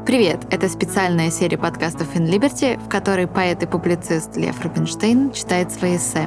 Привет! Это специальная серия подкастов In Liberty, в которой поэт и публицист Лев Рубинштейн читает свои эссе.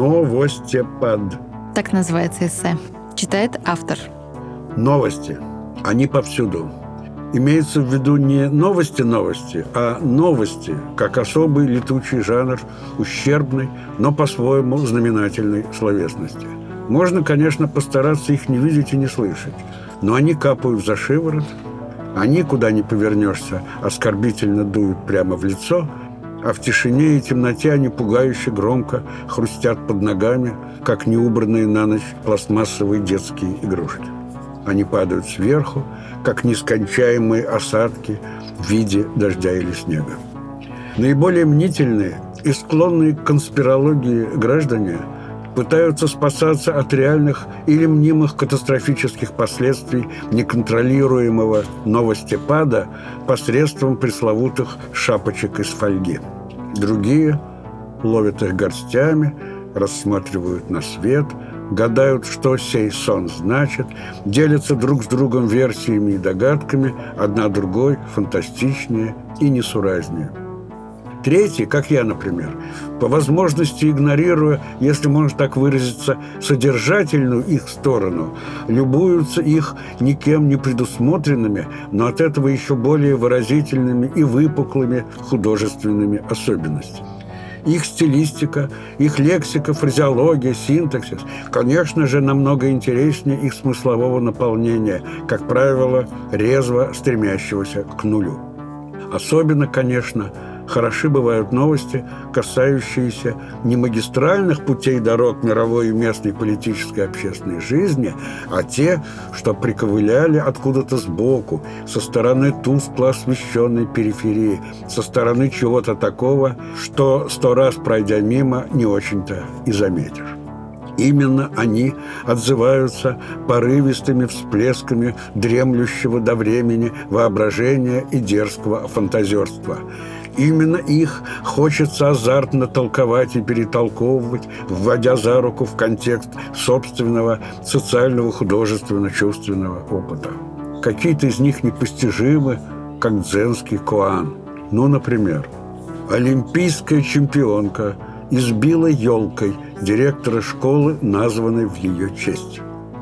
Новостепад. Так называется эссе. Читает автор. Новости. Они повсюду. Имеется в виду не новости, а новости, как особый летучий жанр ущербной, но по-своему знаменательной словесности. Можно, конечно, постараться их не видеть и не слышать, но они капают за шиворот, они, куда ни повернешься, оскорбительно дуют прямо в лицо, а в тишине и темноте они пугающе громко хрустят под ногами, как неубранные на ночь пластмассовые детские игрушки. Они падают сверху, как нескончаемые осадки в виде дождя или снега. Наиболее мнительные и склонные к конспирологии граждане пытаются спасаться от реальных или мнимых катастрофических последствий неконтролируемого новостепада посредством пресловутых шапочек из фольги. Другие ловят их горстями, рассматривают на свет, гадают, что сей сон значит, делятся друг с другом версиями и догадками, одна другой фантастичнее и несуразнее. Третьи, как я, например, по возможности игнорируя, если можно так выразиться, содержательную их сторону, любуются их никем не предусмотренными, но от этого еще более выразительными и выпуклыми художественными особенностями. Их стилистика, их лексика, фразеология, синтаксис, конечно же, намного интереснее их смыслового наполнения, как правило, резво стремящегося к нулю. Особенно, конечно, хороши бывают новости, касающиеся не магистральных путей дорог мировой и местной политической и общественной жизни, а те, что приковыляли откуда-то сбоку, со стороны тускло освещенной периферии, со стороны чего-то такого, что 100 раз, пройдя мимо, не очень-то и заметишь. Именно они отзываются порывистыми всплесками дремлющего до времени воображения и дерзкого фантазерства. Именно их хочется азартно толковать и перетолковывать, вводя за руку в контекст собственного социального, художественно-чувственного опыта. Какие-то из них непостижимы, как дзенский коан. Ну, например, олимпийская чемпионка избила елкой директора школы, названной в ее честь.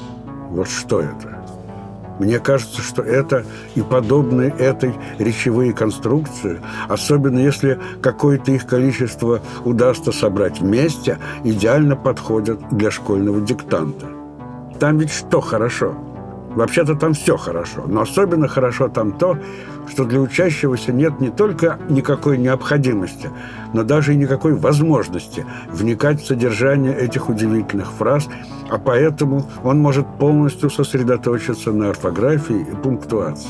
Вот что это? Мне кажется, что это и подобные этой речевые конструкции, особенно если какое-то их количество удастся собрать вместе, идеально подходят для школьного диктанта. Там ведь что хорошо? Вообще-то там все хорошо, но особенно хорошо там то, что для учащегося нет не только никакой необходимости, но даже и никакой возможности вникать в содержание этих удивительных фраз, а поэтому он может полностью сосредоточиться на орфографии и пунктуации.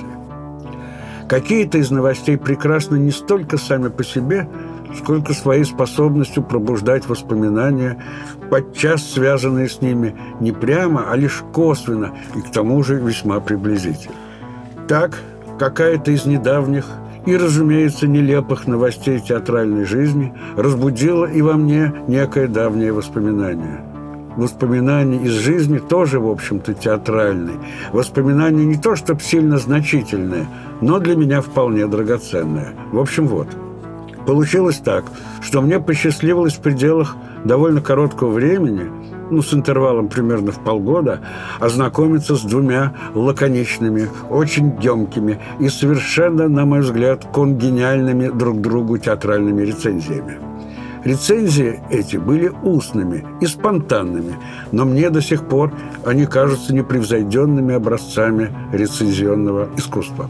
Какие-то из новостей прекрасны не столько сами по себе, сколько своей способностью пробуждать воспоминания, подчас связанные с ними не прямо, а лишь косвенно и к тому же весьма приблизительно. Так, какая-то из недавних и, разумеется, нелепых новостей театральной жизни разбудила и во мне некое давнее воспоминание. Воспоминание из жизни тоже, в общем-то, театральное. Воспоминание не то чтобы сильно значительное, но для меня вполне драгоценное. В общем, вот. Получилось так, что мне посчастливилось в пределах довольно короткого времени, с интервалом примерно в полгода, ознакомиться с двумя лаконичными, очень емкими и совершенно, на мой взгляд, конгениальными друг другу театральными рецензиями. Рецензии эти были устными и спонтанными, но мне до сих пор они кажутся непревзойденными образцами рецензионного искусства.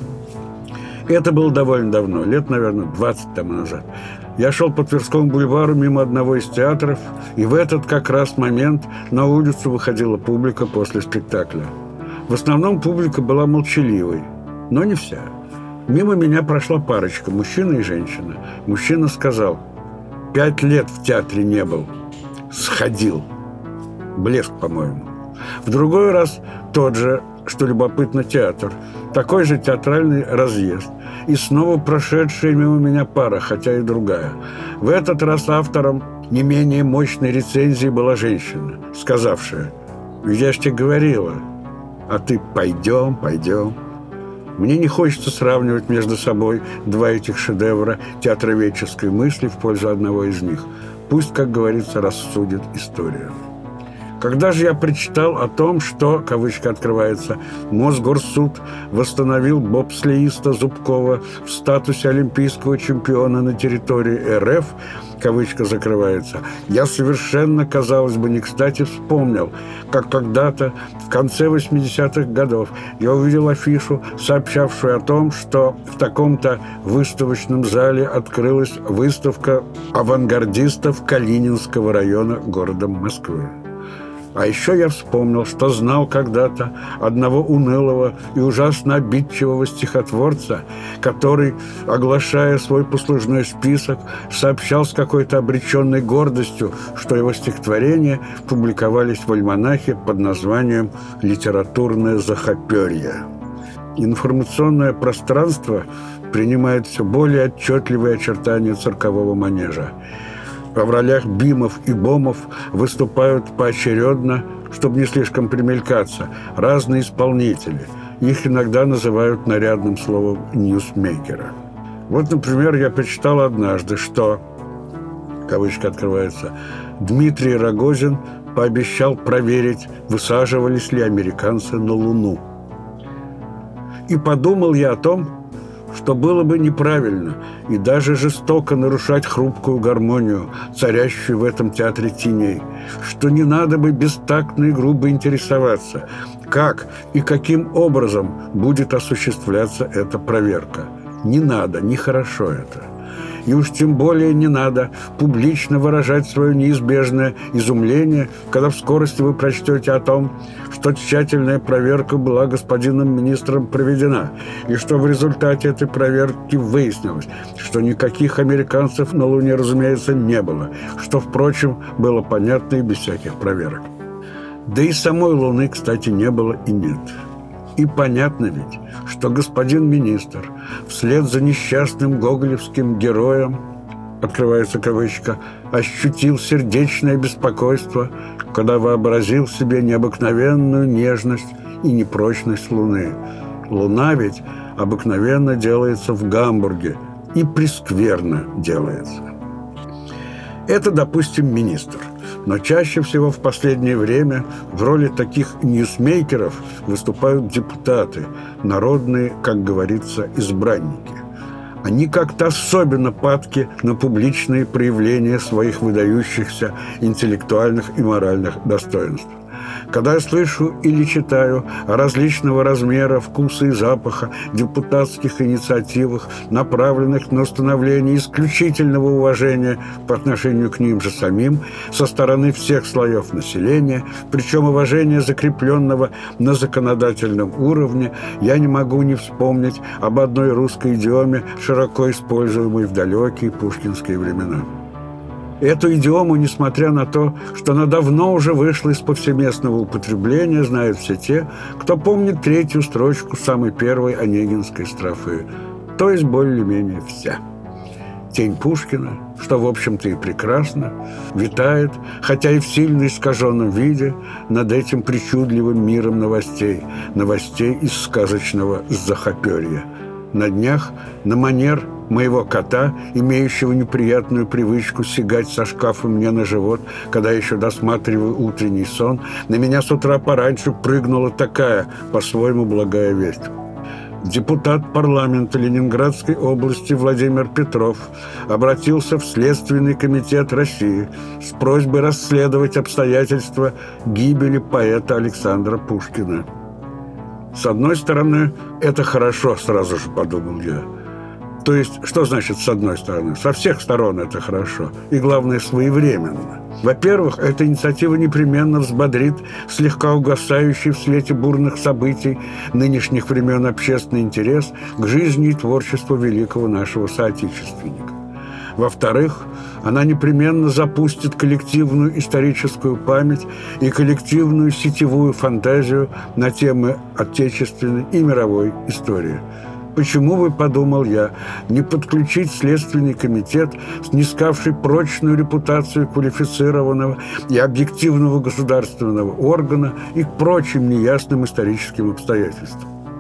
Это было довольно давно, лет, наверное, 20 тому назад. Я шел по Тверскому бульвару мимо одного из театров, и в этот как раз момент на улицу выходила публика после спектакля. В основном публика была молчаливой, но не вся. Мимо меня прошла парочка, мужчина и женщина. Мужчина сказал: 5 лет в театре не был. Сходил. Блеск, по-моему. В другой раз тот же, что любопытно, театр. Такой же театральный разъезд. И снова прошедшая мимо меня пара, хотя и другая. В этот раз автором не менее мощной рецензии была женщина, сказавшая: «Я ж тебе говорила, а ты пойдем. Мне не хочется сравнивать между собой два этих шедевра театроведческой мысли в пользу одного из них. Пусть, как говорится, рассудит история. Когда же я прочитал о том, что, кавычка открывается, Мосгорсуд восстановил бобслеиста Зубкова в статусе олимпийского чемпиона на территории РФ, кавычка закрывается, я совершенно, казалось бы, не кстати вспомнил, как когда-то в конце 80-х годов я увидел афишу, сообщавшую о том, что в таком-то выставочном зале открылась выставка авангардистов Калининского района города Москвы. А еще я вспомнил, что знал когда-то одного унылого и ужасно обидчивого стихотворца, который, оглашая свой послужной список, сообщал с какой-то обреченной гордостью, что его стихотворения публиковались в альманахе под названием «Литературное захоперье». Информационное пространство принимает все более отчетливые очертания циркового манежа. А в ролях Бимов и Бомов выступают поочередно, чтобы не слишком примелькаться, разные исполнители. Их иногда называют нарядным словом «ньюсмейкеры». Вот, например, я прочитал однажды, что, кавычка открывается, Дмитрий Рогозин пообещал проверить, высаживались ли американцы на Луну. И подумал я о том, что было бы неправильно и даже жестоко нарушать хрупкую гармонию, царящую в этом театре теней, что не надо бы бестактно и грубо интересоваться, как и каким образом будет осуществляться эта проверка. Не надо, нехорошо это. И уж тем более не надо публично выражать свое неизбежное изумление, когда в скорости вы прочтете о том, что тщательная проверка была господином министром проведена, и что в результате этой проверки выяснилось, что никаких американцев на Луне, разумеется, не было, что, впрочем, было понятно и без всяких проверок. Да и самой Луны, кстати, не было и нет. И понятно ведь, что господин министр вслед за несчастным гоголевским героем, открывается кавычка, ощутил сердечное беспокойство, когда вообразил себе необыкновенную нежность и непрочность Луны. Луна ведь обыкновенно делается в Гамбурге и прескверно делается. Это, допустим, министр. Но чаще всего в последнее время в роли таких ньюсмейкеров выступают депутаты, народные, как говорится, избранники. Они как-то особенно падки на публичные проявления своих выдающихся интеллектуальных и моральных достоинств. Когда я слышу или читаю о различного размера, вкуса и запаха депутатских инициативах, направленных на установление исключительного уважения по отношению к ним же самим со стороны всех слоев населения, причем уважения, закрепленного на законодательном уровне, я не могу не вспомнить об одной русской идиоме, широко используемой в далекие пушкинские времена. Эту идиому, несмотря на то, что она давно уже вышла из повсеместного употребления, знают все те, кто помнит третью строчку самой первой онегинской строфы, то есть более-менее вся. Тень Пушкина, что, в общем-то, и прекрасно, витает, хотя и в сильно искаженном виде, над этим причудливым миром новостей из сказочного захоперья. На днях, на манер моего кота, имеющего неприятную привычку сигать со шкафа мне на живот, когда еще досматриваю утренний сон, на меня с утра пораньше прыгнула такая, по-своему, благая весть. Депутат парламента Ленинградской области Владимир Петров обратился в Следственный комитет России с просьбой расследовать обстоятельства гибели поэта Александра Пушкина. С одной стороны, это хорошо, сразу же подумал я. То есть, что значит «с одной стороны»? Со всех сторон это хорошо. И, главное, своевременно. Во-первых, эта инициатива непременно взбодрит слегка угасающий в свете бурных событий нынешних времен общественный интерес к жизни и творчеству великого нашего соотечественника. Во-вторых, она непременно запустит коллективную историческую память и коллективную сетевую фантазию на темы отечественной и мировой истории. Почему бы, подумал я, не подключить Следственный комитет, снискавший прочную репутацию квалифицированного и объективного государственного органа, и к прочим неясным историческим обстоятельствам?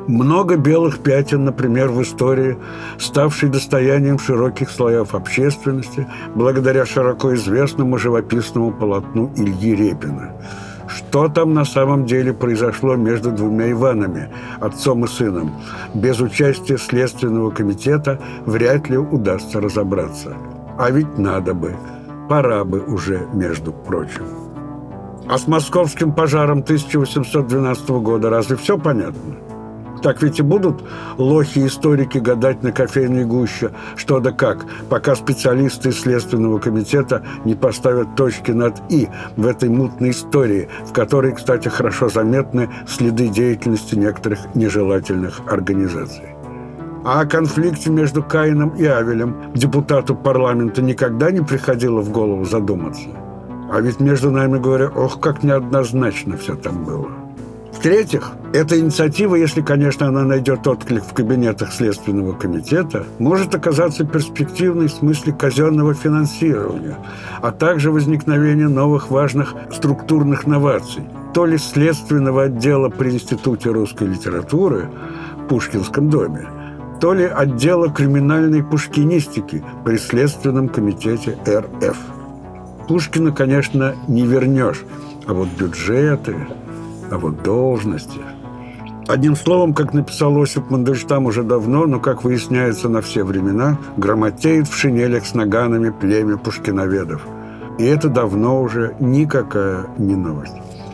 Много белых пятен, например, в истории, ставшей достоянием широких слоев общественности, благодаря широко известному живописному полотну Ильи Репина. Что там на самом деле произошло между двумя Иванами, отцом и сыном, без участия Следственного комитета вряд ли удастся разобраться. А ведь надо бы, пора бы уже, между прочим. А с московским пожаром 1812 года разве все понятно? Так ведь и будут лохи-историки гадать на кофейной гуще, что да как, пока специалисты Следственного комитета не поставят точки над «и» в этой мутной истории, в которой, кстати, хорошо заметны следы деятельности некоторых нежелательных организаций. А о конфликте между Каином и Авелем депутату парламента никогда не приходило в голову задуматься. А ведь, между нами говоря, ох, как неоднозначно все там было. В-третьих, эта инициатива, если, конечно, она найдет отклик в кабинетах Следственного комитета, может оказаться перспективной в смысле казенного финансирования, а также возникновения новых важных структурных новаций. То ли следственного отдела при Институте русской литературы в Пушкинском доме, то ли отдела криминальной пушкинистики при Следственном комитете РФ. Пушкина, конечно, не вернешь, а вот бюджеты, а вот должности. Одним словом, как написал Осип Мандельштам уже давно, но, как выясняется, на все времена, грамотеет в шинелях с наганами племя пушкиноведов. И это давно уже никакая не новость.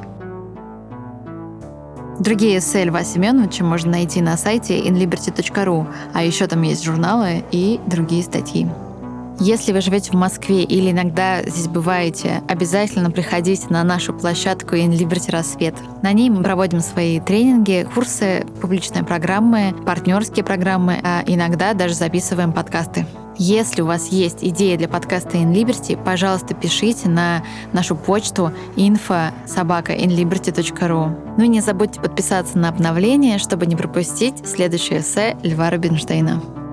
Другие эссе Льва Семеновича можно найти на сайте inliberty.ru, а еще там есть журналы и другие статьи. Если вы живете в Москве или иногда здесь бываете, обязательно приходите на нашу площадку InLiberty Рассвет. На ней мы проводим свои тренинги, курсы, публичные программы, партнерские программы, а иногда даже записываем подкасты. Если у вас есть идеи для подкаста InLiberty, пожалуйста, пишите на нашу почту info@inliberty.ru. Ну и не забудьте подписаться на обновления, чтобы не пропустить следующее эссе Льва Рубинштейна.